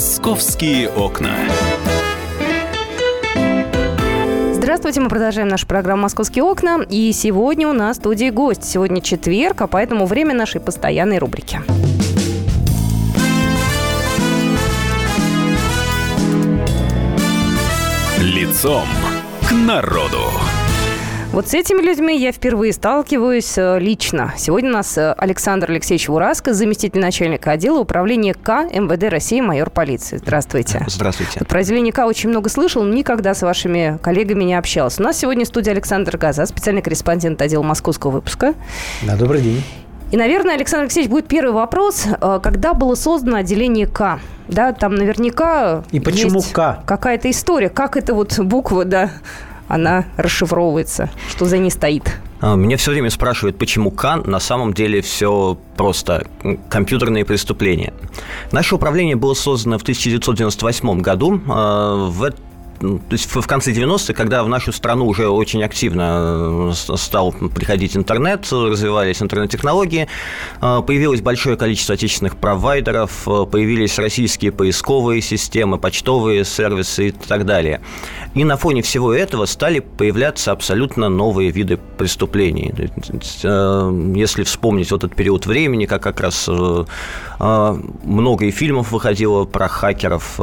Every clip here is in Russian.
«Московские окна». Здравствуйте, мы продолжаем нашу программу «Московские окна». И сегодня у нас в студии гость. Сегодня четверг, а поэтому время нашей постоянной рубрики. Лицом к народу. Вот с этими людьми я впервые сталкиваюсь лично. Сегодня у нас Александр Алексеевич Вураско, заместитель начальника отдела управления К МВД России, майор полиции. Здравствуйте. Здравствуйте. Вот про отделение К очень много слышал, но никогда с вашими коллегами не общался. У нас сегодня в студии Александр Газа, специальный корреспондент отдела московского выпуска. Да, добрый день. И, наверное, Александр Алексеевич, будет первый вопрос. Когда было создано отделение К? Да, там наверняка и почему есть К? Какая-то история. Как эта вот буква, да, она расшифровывается, что за ней стоит? Меня все время спрашивают, почему К. На самом деле все просто. Компьютерные преступления. Наше управление было создано в 1998 году. То есть в конце 90-х, когда в нашу страну уже очень активно стал приходить интернет, развивались интернет-технологии, появилось большое количество отечественных провайдеров, появились российские поисковые системы, почтовые сервисы и так далее. И на фоне всего этого стали появляться абсолютно новые виды преступлений. Если вспомнить вот этот период времени, как раз много и фильмов выходило про хакеров,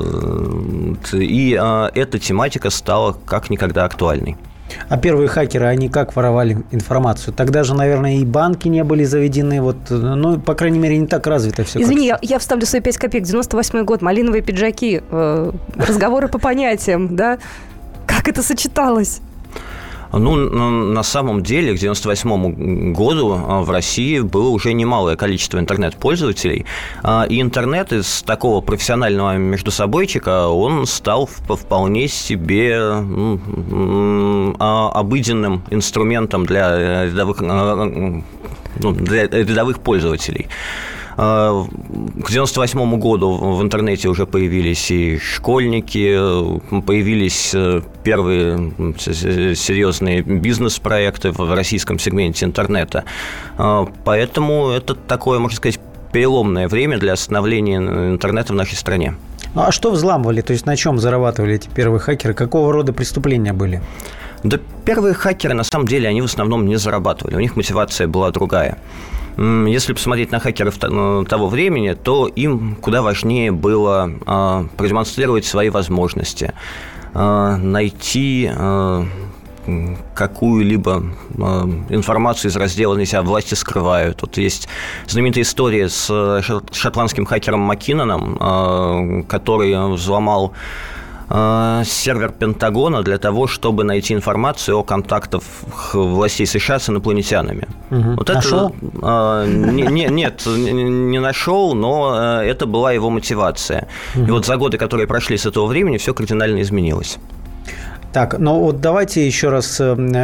и эта тематика стала как никогда актуальной. А первые хакеры, они как воровали информацию? Тогда же, наверное, и банки не были заведены, по крайней мере, не так развито все. Извини, я вставлю свои 5 копеек. 98-й год, малиновые пиджаки, разговоры по понятиям, да? Как это сочеталось? На самом деле, к 1998 году в России было уже немалое количество интернет-пользователей, и интернет из такого профессионального междусобойчика, он стал вполне себе обыденным инструментом для рядовых пользователей. К 1998 году в интернете уже появились и школьники, появились первые серьезные бизнес-проекты в российском сегменте интернета. Поэтому это такое, можно сказать, переломное время для становления интернета в нашей стране. А что взламывали? То есть на чем зарабатывали эти первые хакеры? Какого рода преступления были? Да, первые хакеры, на самом деле, они в основном не зарабатывали. У них мотивация была другая. Если посмотреть на хакеров того времени, то им куда важнее было продемонстрировать свои возможности, найти какую-либо информацию из раздела «Нельзя, власти скрывают». Вот есть знаменитая история с шотландским хакером Маккиноном, который взломал сервер Пентагона для того, чтобы найти информацию о контактах властей США с инопланетянами. Вот нашел? Нет, не нашел, но это была его мотивация. И вот за годы, которые прошли с этого времени, все кардинально изменилось. Так, вот давайте еще раз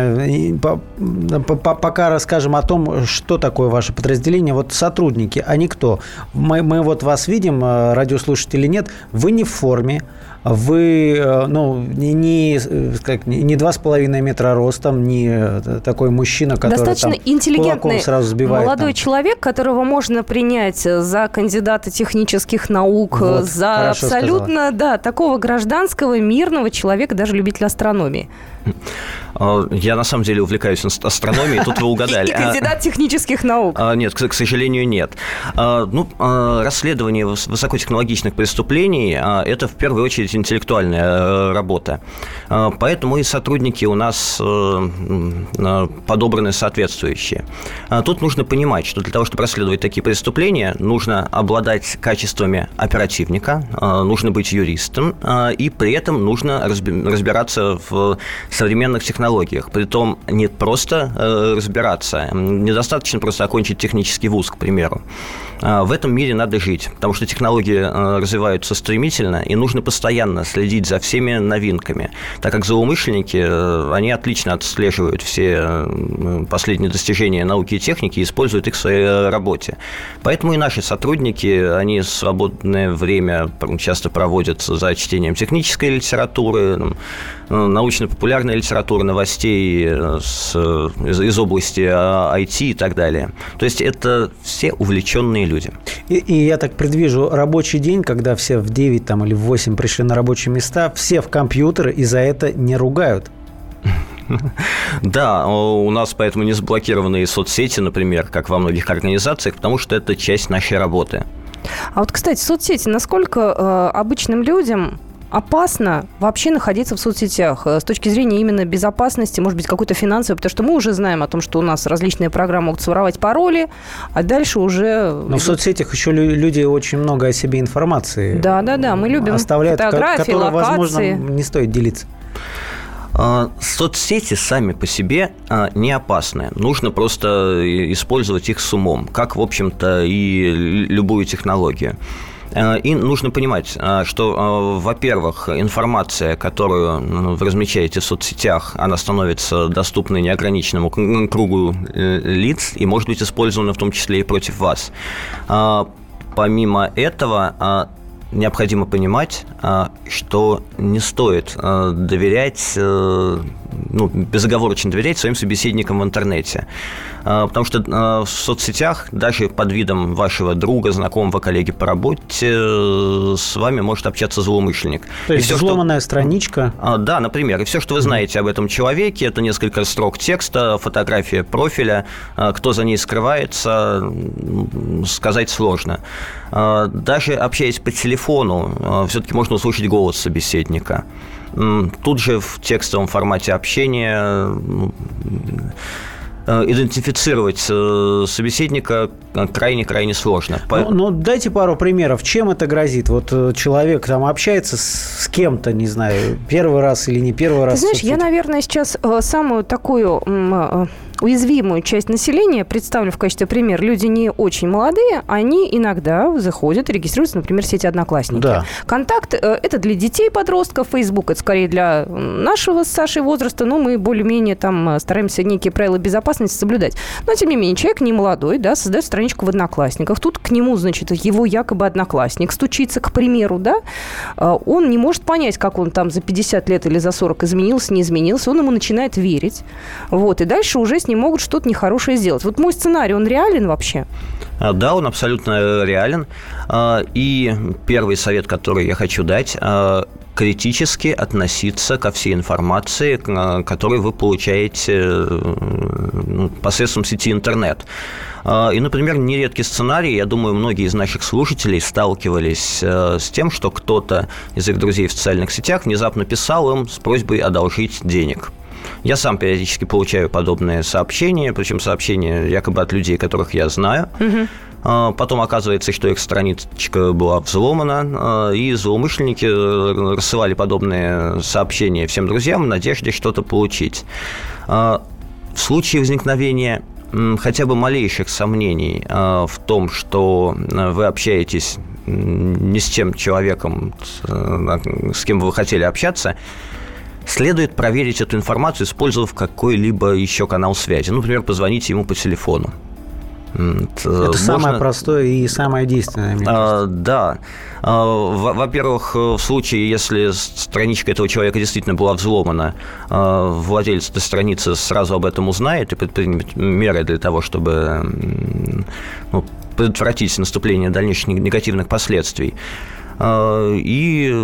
пока расскажем о том, что такое ваше подразделение. Вот сотрудники, они кто? Мы вот вас видим, радиослушатели нет, вы не в форме, вы не 2,5 метра ростом, не такой мужчина, который достаточно там интеллигентный сразу сбивает. Молодой человек, которого можно принять за кандидата технических наук, за абсолютно такого гражданского, мирного человека, даже любителя астрономии. Я на самом деле увлекаюсь астрономией, тут вы угадали. И кандидат технических наук. Нет, к сожалению, нет. Расследование высокотехнологичных преступлений – это в первую очередь интеллектуальная работа. Поэтому и сотрудники у нас подобраны соответствующие. Тут нужно понимать, что для того, чтобы расследовать такие преступления, нужно обладать качествами оперативника, нужно быть юристом, и при этом нужно разбираться в современных технологиях. Притом не просто разбираться, недостаточно просто окончить технический вуз, к примеру. В этом мире надо жить, потому что технологии развиваются стремительно, и нужно постоянно следить за всеми новинками, так как злоумышленники, они отлично отслеживают все последние достижения науки и техники и используют их в своей работе. Поэтому и наши сотрудники, они свободное время часто проводят за чтением технической литературы, научно-популярной литературы, новостей из области IT и так далее. То есть это все увлеченные люди. И я так предвижу рабочий день, когда все в 9 там, или в 8 пришли на рабочие места, все в компьютеры и за это не ругают. Да, у нас поэтому не заблокированы соцсети, например, как во многих организациях, потому что это часть нашей работы. А вот, кстати, соцсети, насколько обычным людям опасно вообще находиться в соцсетях с точки зрения именно безопасности, может быть, какой-то финансовой, потому что мы уже знаем о том, что у нас различные программы могут своровать пароли, а дальше уже... Но в соцсетях еще люди очень много о себе информации Да, мы любим оставляют, фотографии, которой, локации. Возможно, не стоит делиться. Соцсети сами по себе не опасны. Нужно просто использовать их с умом, как, в общем-то, и любую технологию. И нужно понимать, что, во-первых, информация, которую вы размещаете в соцсетях, она становится доступной неограниченному кругу лиц и может быть использована в том числе и против вас. Помимо этого, необходимо понимать, что не стоит доверять, безоговорочно доверять своим собеседникам в интернете. Потому что в соцсетях, даже под видом вашего друга, знакомого, коллеги по работе, с вами может общаться злоумышленник. То есть взломанная страничка? Да, например. И все, что вы знаете об этом человеке, это несколько строк текста, фотография профиля. Кто за ней скрывается, сказать сложно. Даже общаясь по телефону, все-таки можно услышать голос собеседника. Тут же в текстовом формате общения идентифицировать собеседника крайне-крайне сложно. Ну, дайте пару примеров. Чем это грозит? Вот человек там общается с кем-то, не знаю, первый раз или не первый раз. Ты знаешь, я, наверное, сейчас самую такую уязвимую часть населения представлю в качестве примера. Люди не очень молодые, они иногда заходят и регистрируются, например, в сети «Одноклассники». Да. Контакт – это для детей, подростков, Facebook – это скорее для нашего с Сашей возраста, но мы более-менее там стараемся некие правила безопасности соблюдать. Но, тем не менее, человек не молодой, да, создает страничку в «Одноклассниках». Тут к нему, значит, его якобы одноклассник стучится, к примеру, да, он не может понять, как он там за 50 лет или за 40 изменился, не изменился, он ему начинает верить, вот, и дальше уже с ним могут что-то нехорошее сделать. Вот мой сценарий, он реален вообще? Да, он абсолютно реален. И первый совет, который я хочу дать, критически относиться ко всей информации, которую вы получаете посредством сети интернет. И, например, нередкий сценарий, я думаю, многие из наших слушателей сталкивались с тем, что кто-то из их друзей в социальных сетях внезапно писал им с просьбой одолжить денег. Я сам периодически получаю подобные сообщения, причем сообщения якобы от людей, которых я знаю. Потом оказывается, что их страничка была взломана, и злоумышленники рассылали подобные сообщения всем друзьям в надежде что-то получить. В случае возникновения хотя бы малейших сомнений в том, что вы общаетесь не с тем человеком, с кем вы хотели общаться, следует проверить эту информацию, использовав какой-либо еще канал связи. Например, позвоните ему по телефону. Это самое простое и самое действенное, мне кажется. Да. Во-первых, в случае, если страничка этого человека действительно была взломана, владелец этой страницы сразу об этом узнает и предпримет меры для того, чтобы предотвратить наступление дальнейших негативных последствий. И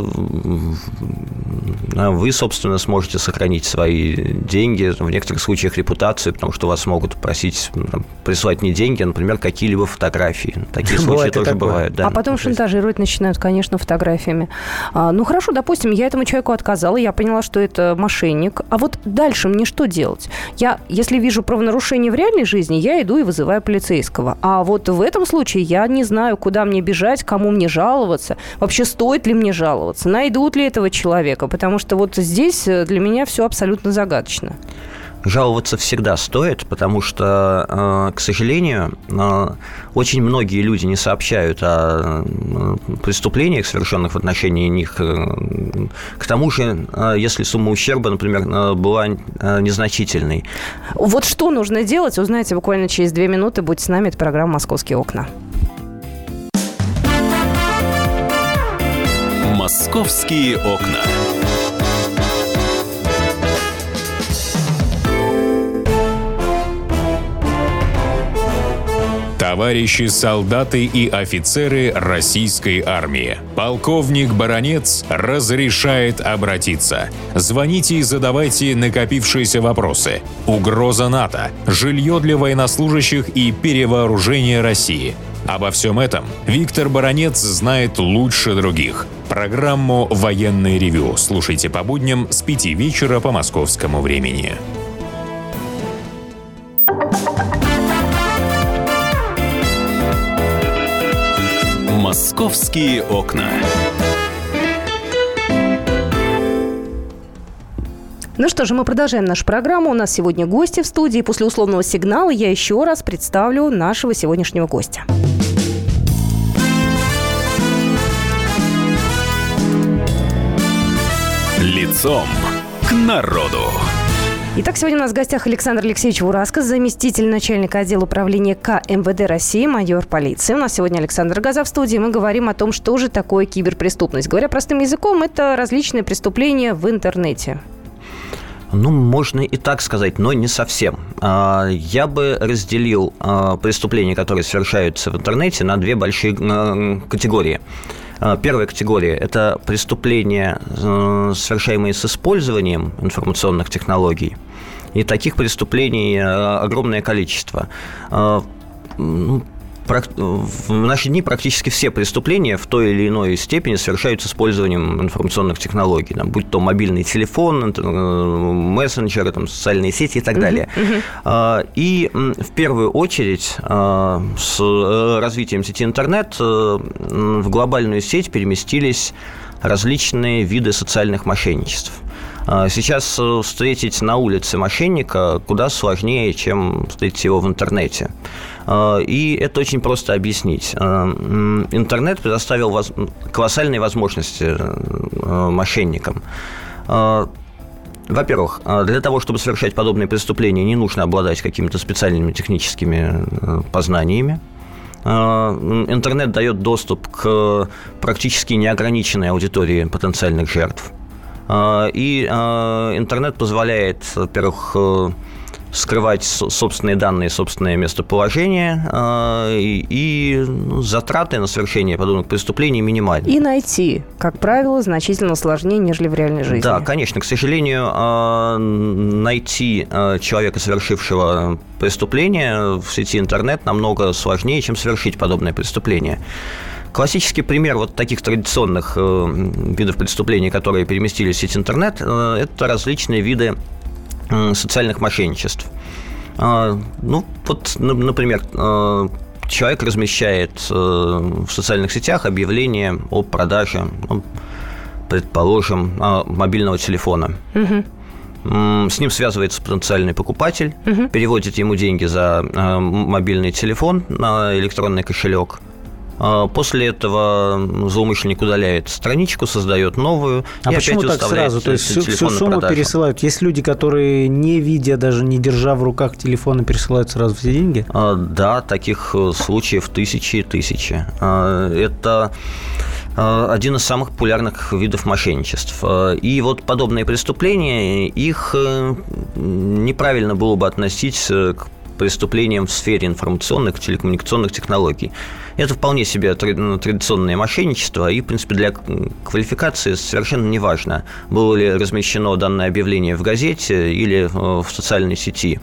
вы, собственно, сможете сохранить свои деньги, в некоторых случаях репутацию, потому что вас могут просить присылать не деньги, а, например, какие-либо фотографии. Такие случаи тоже бывают. Да. А потом шантажировать начинают, конечно, фотографиями. Ну, хорошо, допустим, я этому человеку отказала, я поняла, что это мошенник. А вот дальше мне что делать? Я, если вижу правонарушение в реальной жизни, я иду и вызываю полицейского. А вот в этом случае я не знаю, куда мне бежать, кому мне жаловаться. Вообще, стоит ли мне жаловаться? Найдут ли этого человека? Потому что вот здесь для меня все абсолютно загадочно. Жаловаться всегда стоит, потому что, к сожалению, очень многие люди не сообщают о преступлениях, совершенных в отношении них. К тому же, если сумма ущерба, например, была незначительной. Вот что нужно делать, узнаете буквально через 2 минуты. Будьте с нами, это программа «Московские окна». «Московские окна». Товарищи солдаты и офицеры российской армии, полковник Баранец разрешает обратиться. Звоните и задавайте накопившиеся вопросы. Угроза НАТО, жилье для военнослужащих и перевооружение России. Обо всем этом Виктор Баранец знает лучше других. Программу «Военное ревю» слушайте по будням с 5 вечера по московскому времени. «Московские окна». Ну что же, мы продолжаем нашу программу. У нас сегодня гости в студии. После условного сигнала я еще раз представлю нашего сегодняшнего гостя. Лицом к народу. Итак, сегодня у нас в гостях Александр Алексеевич Вураска, заместитель начальника отдела управления К МВД России, майор полиции. У нас сегодня Александр Газа в студии. Мы говорим о том, что же такое киберпреступность. Говоря простым языком, это различные преступления в интернете. Ну, можно и так сказать, но не совсем. Я бы разделил преступления, которые совершаются в интернете, на две большие категории. Первая категория – это преступления, совершаемые с использованием информационных технологий. И таких преступлений огромное количество. В наши дни практически все преступления в той или иной степени совершаются с использованием информационных технологий, будь то мобильный телефон, мессенджеры, социальные сети и так далее. И в первую очередь с развитием сети интернет в глобальную сеть переместились различные виды социальных мошенничеств. Сейчас встретить на улице мошенника куда сложнее, чем встретить его в интернете. И это очень просто объяснить. Интернет предоставил колоссальные возможности мошенникам. Во-первых, для того, чтобы совершать подобные преступления, не нужно обладать какими-то специальными техническими познаниями. Интернет дает доступ к практически неограниченной аудитории потенциальных жертв. И интернет позволяет, во-первых, скрывать собственные данные, собственное местоположение, и затраты на совершение подобных преступлений минимальны. И найти, как правило, значительно сложнее, нежели в реальной жизни. Да, конечно. К сожалению, найти человека, совершившего преступление в сети интернет, намного сложнее, чем совершить подобное преступление. Классический пример вот таких традиционных видов преступлений, которые переместились в сеть интернет, это различные виды социальных мошенничеств. Например, человек размещает в социальных сетях объявление о продаже, предположим, мобильного телефона. С ним связывается потенциальный покупатель, переводит ему деньги за мобильный телефон на электронный кошелек. После этого злоумышленник удаляет страничку, создает новую. А и почему опять так сразу? То есть всю сумму пересылают? Есть люди, которые, не видя, даже не держа в руках телефона, пересылают сразу все деньги? Да, таких случаев тысячи и тысячи. Это один из самых популярных видов мошенничеств. И вот подобные преступления, их неправильно было бы относить к преступлениям в сфере информационных и телекоммуникационных технологий. Это вполне себе традиционное мошенничество, и, в принципе, для квалификации совершенно не важно, было ли размещено данное объявление в газете или в социальной сети.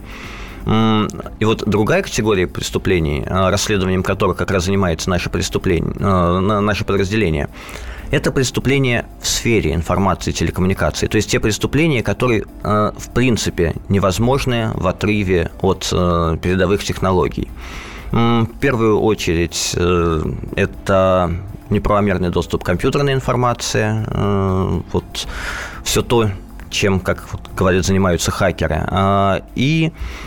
И вот другая категория преступлений, расследованием которых как раз занимается наше подразделение, это преступления в сфере информации и телекоммуникаций. То есть те преступления, которые, в принципе, невозможны в отрыве от передовых технологий. В первую очередь, это неправомерный доступ к компьютерной информации. Вот все то, чем, как говорят, занимаются хакеры. И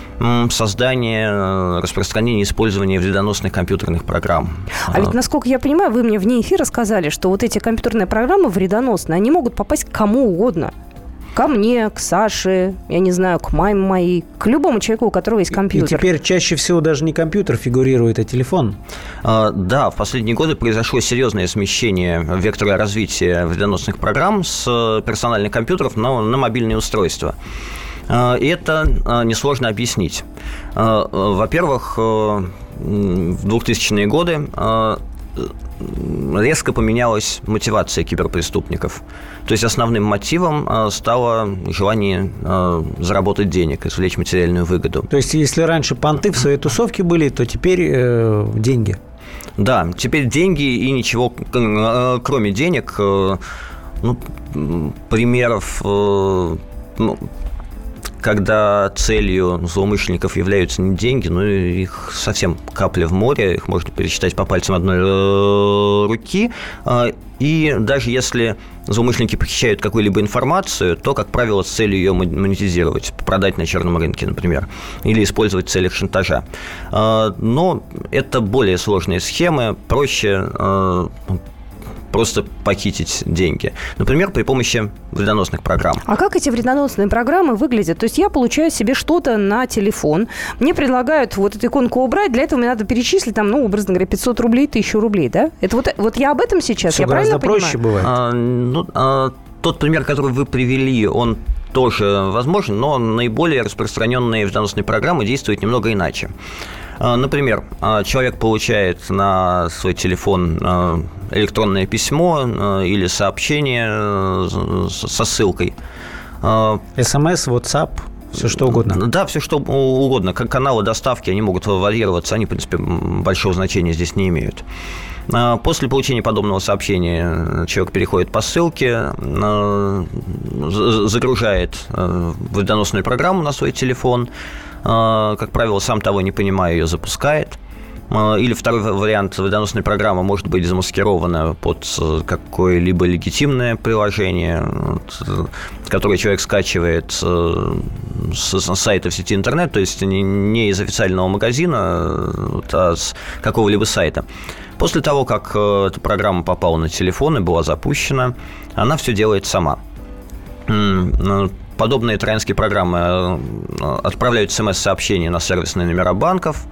создание, распространение, использование вредоносных компьютерных программ. А ведь, насколько я понимаю, вы мне вне эфира сказали, что вот эти компьютерные программы вредоносные, они могут попасть к кому угодно. Ко мне, к Саше, я не знаю, к маме моей, к любому человеку, у которого есть компьютер. И теперь чаще всего даже не компьютер фигурирует, а телефон. Да, в последние годы произошло серьезное смещение вектора развития вредоносных программ с персональных компьютеров на мобильные устройства. И это несложно объяснить. Во-первых, в 2000-е годы резко поменялась мотивация киберпреступников. То есть основным мотивом стало желание заработать денег, извлечь материальную выгоду. То есть если раньше понты в своей тусовке были, то теперь деньги. Да, теперь деньги и ничего, кроме денег. Примеров, когда целью злоумышленников являются не деньги, но их совсем капля в море, их можно пересчитать по пальцам одной руки. И даже если злоумышленники похищают какую-либо информацию, то, как правило, с целью ее монетизировать, продать на черном рынке, например, или использовать в целях шантажа. Но это более сложные схемы, проще просто похитить деньги. Например, при помощи вредоносных программ. А как эти вредоносные программы выглядят? То есть я получаю себе что-то на телефон, мне предлагают вот эту иконку убрать, для этого мне надо перечислить, там, образно говоря, 500 рублей, 1000 рублей, да? Это вот я об этом сейчас, все я правильно понимаю? Проще бывает. Тот пример, который вы привели, он тоже возможен, но наиболее распространенные вредоносные программы действуют немного иначе. Например, человек получает на свой телефон электронное письмо или сообщение со ссылкой. СМС, WhatsApp, все что угодно. Да, все что угодно. Как каналы доставки, они могут варьироваться, они, в принципе, большого значения здесь не имеют. После получения подобного сообщения человек переходит по ссылке, загружает вредоносную программу на свой телефон, как правило, сам того не понимая, ее запускает. Или второй вариант, вредоносной программы может быть замаскирована под какое-либо легитимное приложение, которое человек скачивает с сайта в сети интернет, то есть не из официального магазина, а с какого-либо сайта. После того, как эта программа попала на телефон и была запущена, она все делает сама. Подобные троянские программы отправляют смс-сообщения на сервисные номера банков,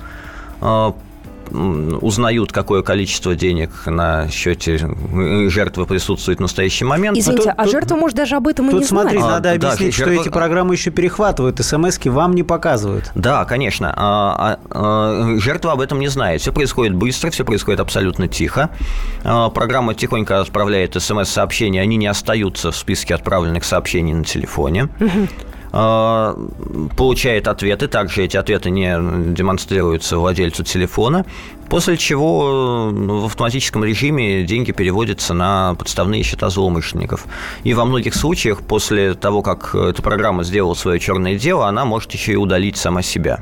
узнают, какое количество денег на счете жертвы присутствует в настоящий момент. Извините, жертва может даже об этом и не знать. Тут, смотри, надо объяснить, что эти программы еще перехватывают, смс-ки вам не показывают. Да, конечно. Жертва об этом не знает. Все происходит быстро, все происходит абсолютно тихо. Программа тихонько отправляет смс-сообщения, они не остаются в списке отправленных сообщений на телефоне. Получает ответы, также эти ответы не демонстрируются владельцу телефона, после чего в автоматическом режиме деньги переводятся на подставные счета злоумышленников. И во многих случаях после того, как эта программа сделала свое черное дело, она может еще и удалить сама себя.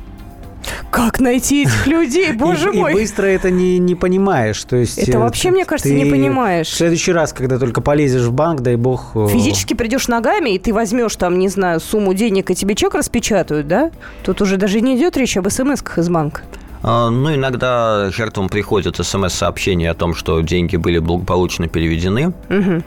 Как найти этих людей, боже мой? И быстро это не понимаешь. То есть это вообще, мне кажется, не понимаешь. В следующий раз, когда только полезешь в банк, дай бог... Физически придешь ногами, и ты возьмешь там, не знаю, сумму денег, и тебе чек распечатают, да? Тут уже даже не идет речь об смс-ках из банка. Иногда жертвам приходят смс-сообщения о том, что деньги были благополучно переведены. Угу.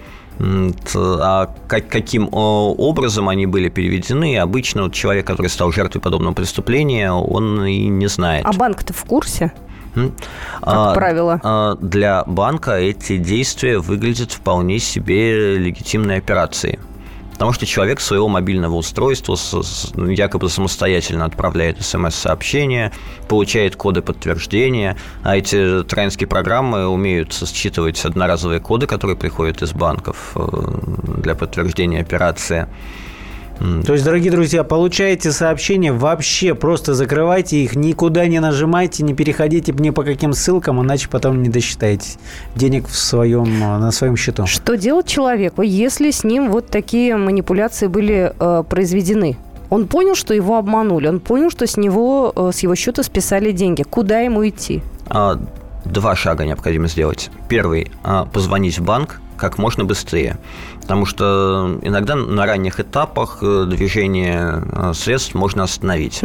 А каким образом они были переведены, обычно человек, который стал жертвой подобного преступления, он и не знает. А банк-то в курсе? Как правило. Для банка эти действия выглядят вполне себе легитимной операцией. Потому что человек с своего мобильного устройства якобы самостоятельно отправляет смс-сообщения, получает коды подтверждения, а эти троянские программы умеют считывать одноразовые коды, которые приходят из банков для подтверждения операции. То есть, дорогие друзья, получаете сообщения, вообще просто закрывайте их, никуда не нажимайте, не переходите ни по каким ссылкам, иначе потом не досчитаетесь денег на своем счету. Что делать человеку, если с ним вот такие манипуляции были произведены? Он понял, что его обманули, он понял, что с его счета списали деньги. Куда ему идти? 2 шага необходимо сделать. Первый – позвонить в банк как можно быстрее. Потому что иногда на ранних этапах движения средств можно остановить.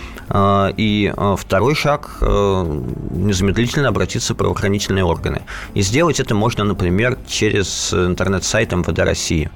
И второй шаг – незамедлительно обратиться в правоохранительные органы. И сделать это можно, например, через интернет-сайт МВД России.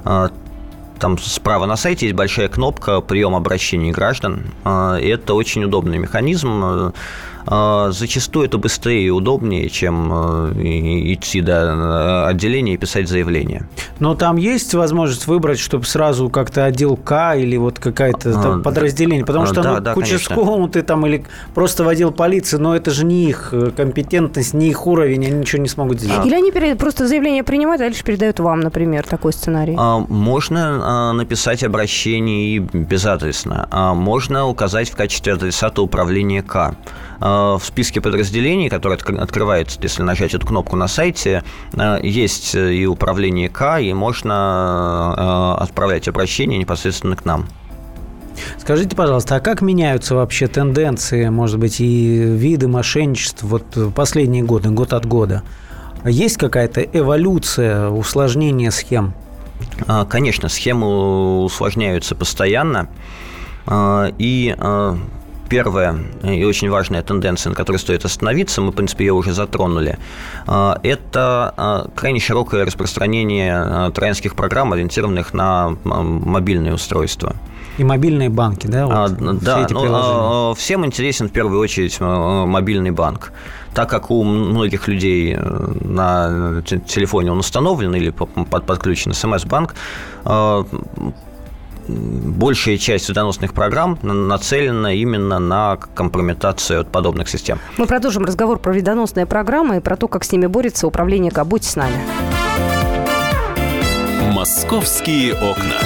Там справа на сайте есть большая кнопка «Прием обращений граждан». И это очень удобный механизм. Зачастую это быстрее и удобнее, чем идти до отделения и писать заявление. Но там есть возможность выбрать, чтобы сразу как-то отдел К или вот какое-то подразделение? Потому что к участковому ты там или просто в отдел полиции, но это же не их компетентность, не их уровень, они ничего не смогут сделать. Или они просто заявление принимают, а дальше передают вам, например, такой сценарий? Можно написать обращение и безадресно. Можно указать в качестве адресата управление К. В списке подразделений, которые открываются, если нажать эту кнопку на сайте, есть и управление К, и можно отправлять обращение непосредственно к нам. Скажите, пожалуйста, а как меняются вообще тенденции, может быть, и виды мошенничеств вот последние годы, год от года? Есть какая-то эволюция, усложнение схем? Конечно, схемы усложняются постоянно. И первая и очень важная тенденция, на которой стоит остановиться, мы, в принципе, ее уже затронули, это крайне широкое распространение троянских программ, ориентированных на мобильные устройства. И мобильные банки, да? Вот да, все эти приложения. Всем интересен в первую очередь мобильный банк. Так как у многих людей на телефоне он установлен или подключен СМС-банк, большая часть вредоносных программ нацелена именно на компрометацию от подобных систем. Мы продолжим разговор про вредоносные программы и про то, как с ними борется управление К. Будьте с нами. «Московские окна».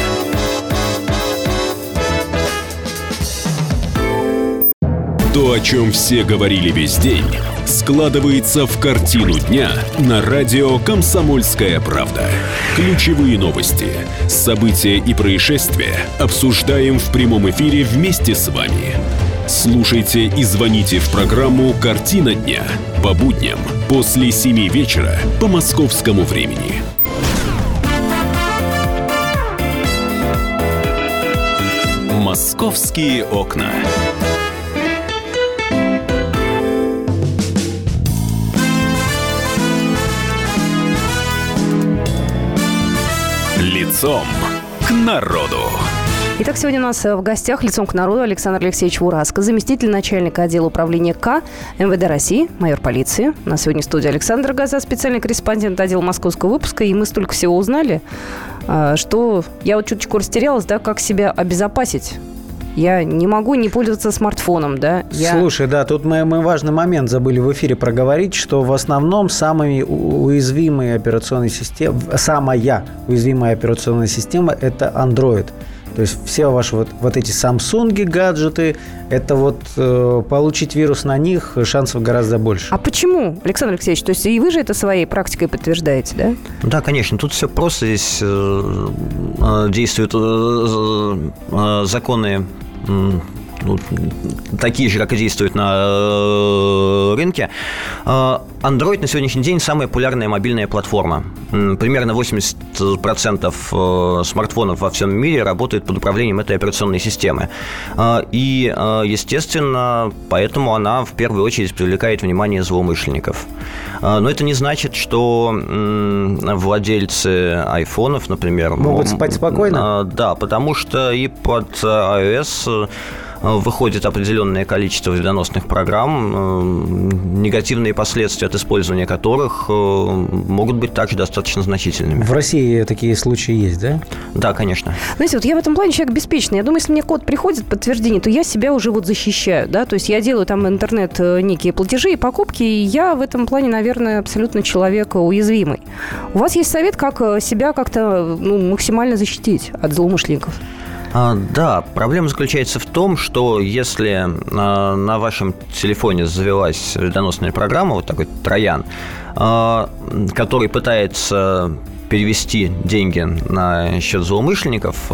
То, о чем все говорили весь день, складывается в картину дня на радио «Комсомольская правда». Ключевые новости, события и происшествия обсуждаем в прямом эфире вместе с вами. Слушайте и звоните в программу «Картина дня» по будням после 7 вечера по московскому времени. «Московские окна». Лицом к народу. Итак, сегодня у нас в гостях лицом к народу Александр Алексеевич Вураско, заместитель начальника отдела управления К МВД России, майор полиции. У нас сегодня в студии Александр Газа, специальный корреспондент отдела московского выпуска. И мы столько всего узнали, что я вот чуточку растерялась, да, как себя обезопасить. Я не могу не пользоваться смартфоном, да? Слушай, да, тут мы важный момент забыли в эфире проговорить, что в основном самая уязвимая операционная система – это Android. То есть все ваши вот эти Samsung гаджеты, это вот получить вирус на них шансов гораздо больше. А почему, Александр Алексеевич? То есть и вы же это своей практикой подтверждаете, да? Да, конечно. Тут все просто. Здесь действуют законы такие же, как и действуют на рынке. Android на сегодняшний день самая популярная мобильная платформа. Примерно 80% смартфонов во всем мире работают под управлением этой операционной системы. И, естественно, поэтому она в первую очередь привлекает внимание злоумышленников. Но это не значит, что владельцы айфонов, например, могут спать спокойно? Да, потому что и под iOS выходит определенное количество вредоносных программ, негативные последствия от использования которых могут быть также достаточно значительными. В России такие случаи есть, да? Да, конечно. Знаете, вот я в этом плане человек беспечный. Я думаю, если мне код приходит, подтверждение, то я себя уже вот защищаю, да, то есть я делаю там интернет некие платежи и покупки, и я в этом плане, наверное, абсолютно человек уязвимый. У вас есть совет, как себя как-то максимально защитить от злоумышленников? Да, проблема заключается в том, что если на вашем телефоне завелась вредоносная программа, вот такой троян, который пытается перевести деньги на счет злоумышленников,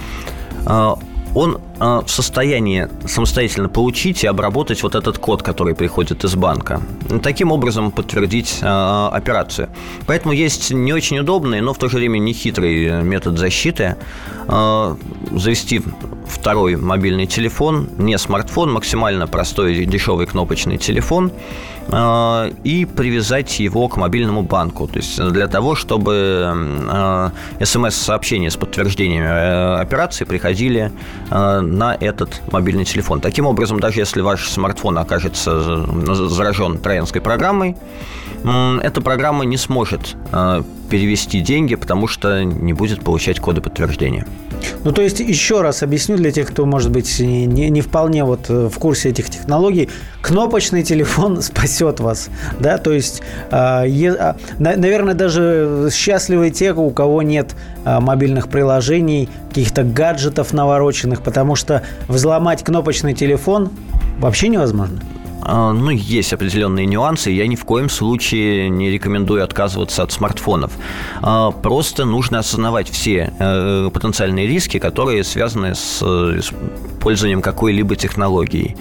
он в состоянии самостоятельно получить и обработать вот этот код, который приходит из банка. Таким образом подтвердить операцию. Поэтому есть не очень удобный, но в то же время нехитрый метод защиты. Завести второй мобильный телефон, не смартфон, максимально простой и дешевый кнопочный телефон, и привязать его к мобильному банку. То есть для того, чтобы СМС-сообщения с подтверждением операции приходили на этот мобильный телефон. Таким образом, даже если ваш смартфон окажется заражен троянской программой, эта программа не сможет перевести деньги, потому что не будет получать коды подтверждения. Ну, то есть, еще раз объясню для тех, кто, может быть, не вполне вот в курсе этих технологий. Кнопочный телефон спасет вас, да, то есть, наверное, даже счастливы те, у кого нет мобильных приложений, каких-то гаджетов навороченных, потому что взломать кнопочный телефон вообще невозможно. Ну, есть определенные нюансы. Я ни в коем случае не рекомендую отказываться от смартфонов. Просто нужно осознавать все потенциальные риски, которые связаны с использованием какой-либо технологии.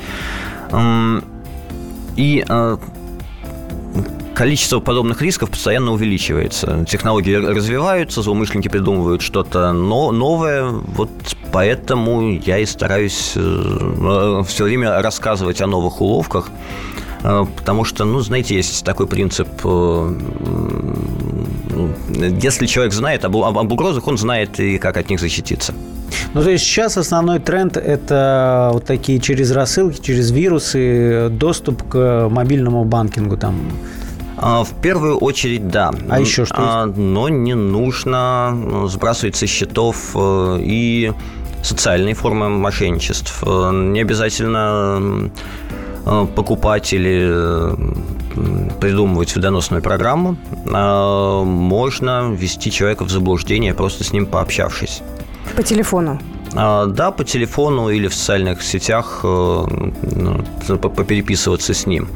И количество подобных рисков постоянно увеличивается. Технологии развиваются, злоумышленники придумывают что-то новое. Вот поэтому я и стараюсь все время рассказывать о новых уловках. Потому что, знаете, есть такой принцип. Если человек знает об угрозах, он знает и как от них защититься. Ну, то есть сейчас основной тренд – это вот такие через рассылки, через вирусы, доступ к мобильному банкингу там. В первую очередь, да. А еще что? Но не нужно сбрасывать со счетов и социальные формы мошенничеств. Не обязательно покупать или придумывать вредоносную программу. Можно ввести человека в заблуждение, просто с ним пообщавшись. По телефону? Да, по телефону или в социальных сетях попереписываться с ним.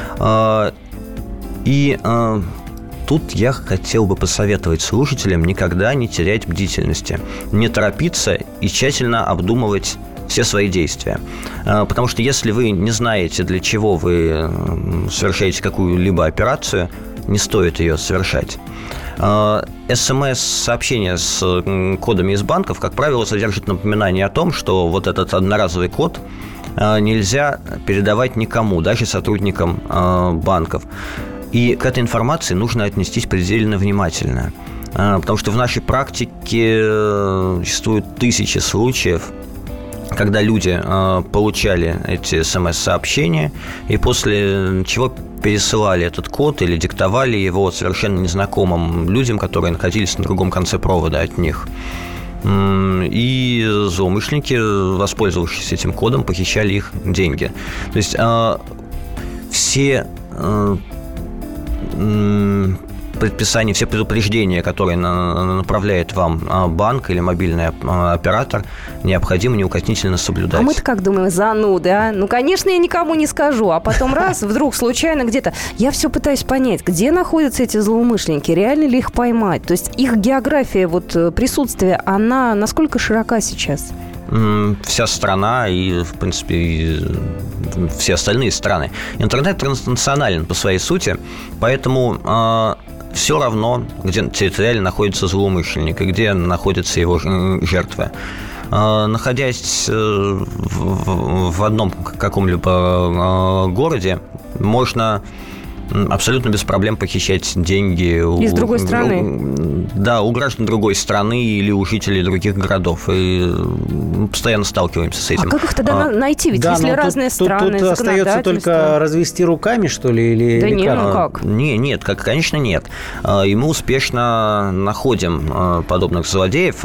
И тут я хотел бы посоветовать слушателям никогда не терять бдительности, не торопиться и тщательно обдумывать все свои действия. Потому что если вы не знаете, для чего вы совершаете какую-либо операцию, не стоит ее совершать. СМС-сообщения с кодами из банков, как правило, содержат напоминание о том, что вот этот одноразовый код нельзя передавать никому, даже сотрудникам банков. И к этой информации нужно отнестись предельно внимательно. Потому что в нашей практике существуют тысячи случаев, когда люди получали эти СМС-сообщения и после чего пересылали этот код или диктовали его совершенно незнакомым людям, которые находились на другом конце провода от них. И злоумышленники, воспользовавшись этим кодом, похищали их деньги. То есть все предписания, все предупреждения, которые направляет вам банк или мобильный оператор, необходимо неукоснительно соблюдать. А мы-то как думаем, зануды, а? Ну, конечно, я никому не скажу. А потом раз, вдруг, случайно где-то. Я все пытаюсь понять, где находятся эти злоумышленники, реально ли их поймать? То есть их география, вот присутствие, она насколько широка сейчас? Вся страна и, в принципе, и все остальные страны. Интернет транснационален по своей сути, поэтому все равно, где территориально находится злоумышленник и где находятся его жертвы. Находясь в одном каком-либо городе, можно абсолютно без проблем похищать деньги из другой страны. Да, у граждан другой страны или у жителей других городов. И постоянно сталкиваемся с этим. А как их тогда найти? Ведь если разные страны, тут остается только развести руками, что ли? Или да нет, ну как? Нет, конечно, нет. И мы успешно находим подобных злодеев.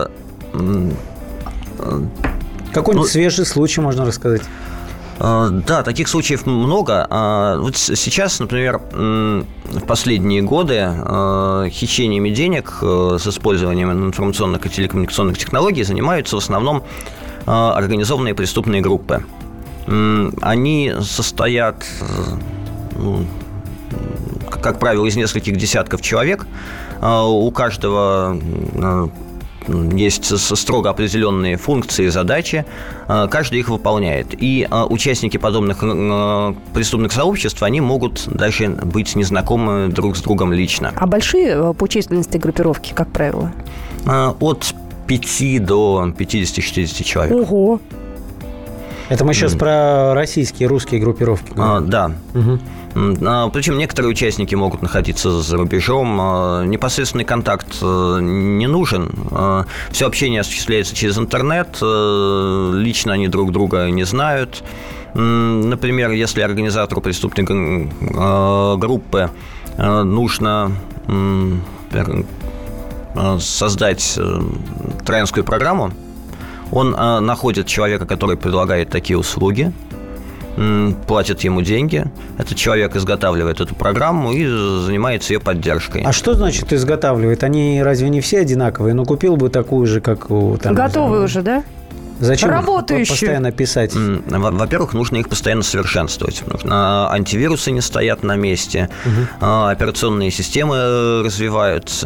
Какой-нибудь свежий случай можно рассказать? Да, таких случаев много. Вот сейчас, например, в последние годы хищениями денег с использованием информационных и телекоммуникационных технологий занимаются в основном организованные преступные группы. Они состоят, как правило, из нескольких десятков человек. У каждого есть строго определенные функции и задачи, каждый их выполняет. И участники подобных преступных сообществ, они могут даже быть незнакомы друг с другом лично. А большие по численности группировки, как правило? От 5 до 50-60 человек. Ого! Это мы сейчас про российские, русские группировки. Да. Угу. Причем некоторые участники могут находиться за рубежом. Непосредственный контакт не нужен. Все общение осуществляется через интернет. Лично они друг друга не знают. Например, если организатору преступной группы нужно создать троянскую программу, он находит человека, который предлагает такие услуги, платит ему деньги. Этот человек изготавливает эту программу и занимается ее поддержкой. А что значит изготавливает? Они разве не все одинаковые? Ну, купил бы такую же, как у... Готовые уже, да? Зачем работающие? Постоянно писать? Во-первых, нужно их постоянно совершенствовать. Антивирусы не стоят на месте, операционные системы развиваются.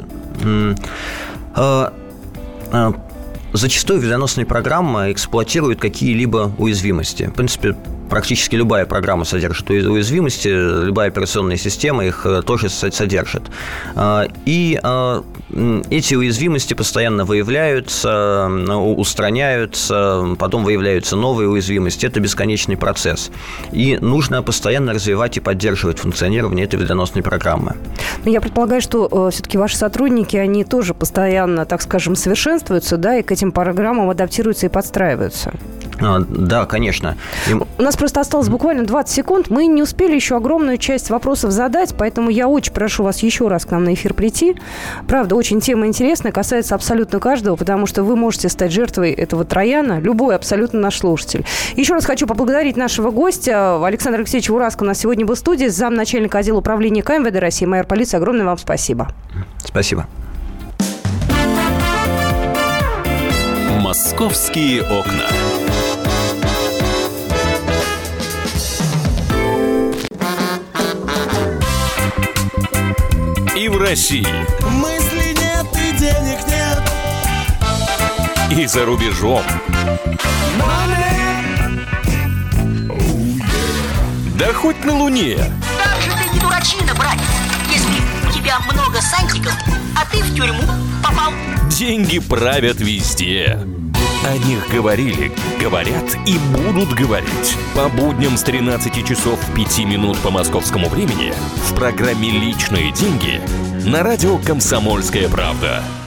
Зачастую вредоносные программы эксплуатируют какие-либо уязвимости. В принципе, практически любая программа содержит уязвимости, любая операционная система их тоже содержит. И эти уязвимости постоянно выявляются, устраняются, потом выявляются новые уязвимости. Это бесконечный процесс. И нужно постоянно развивать и поддерживать функционирование этой вредоносной программы. Но я предполагаю, что все-таки ваши сотрудники, они тоже постоянно, так скажем, совершенствуются, да, и к этим программам адаптируются и подстраиваются. Да, конечно. У нас просто осталось буквально 20 секунд. Мы не успели еще огромную часть вопросов задать, поэтому я очень прошу вас еще раз к нам на эфир прийти. Правда, очень тема интересная, касается абсолютно каждого, потому что вы можете стать жертвой этого трояна, любой абсолютно наш слушатель. Еще раз хочу поблагодарить нашего гостя. Александр Алексеевич Ураско у нас сегодня был в студии, замначальника отдела управления КМВД России, майор полиции. Огромное вам спасибо. Спасибо. «Московские окна». И в России. Мысли нет и денег нет. И за рубежом. Да хоть на Луне. Как же ты не дурачина, братец, если у тебя много сантиков, а ты в тюрьму попал. Деньги правят везде. О них говорили, говорят и будут говорить. По будням с 13 часов 5 минут по московскому времени в программе «Личные деньги» на радио «Комсомольская правда».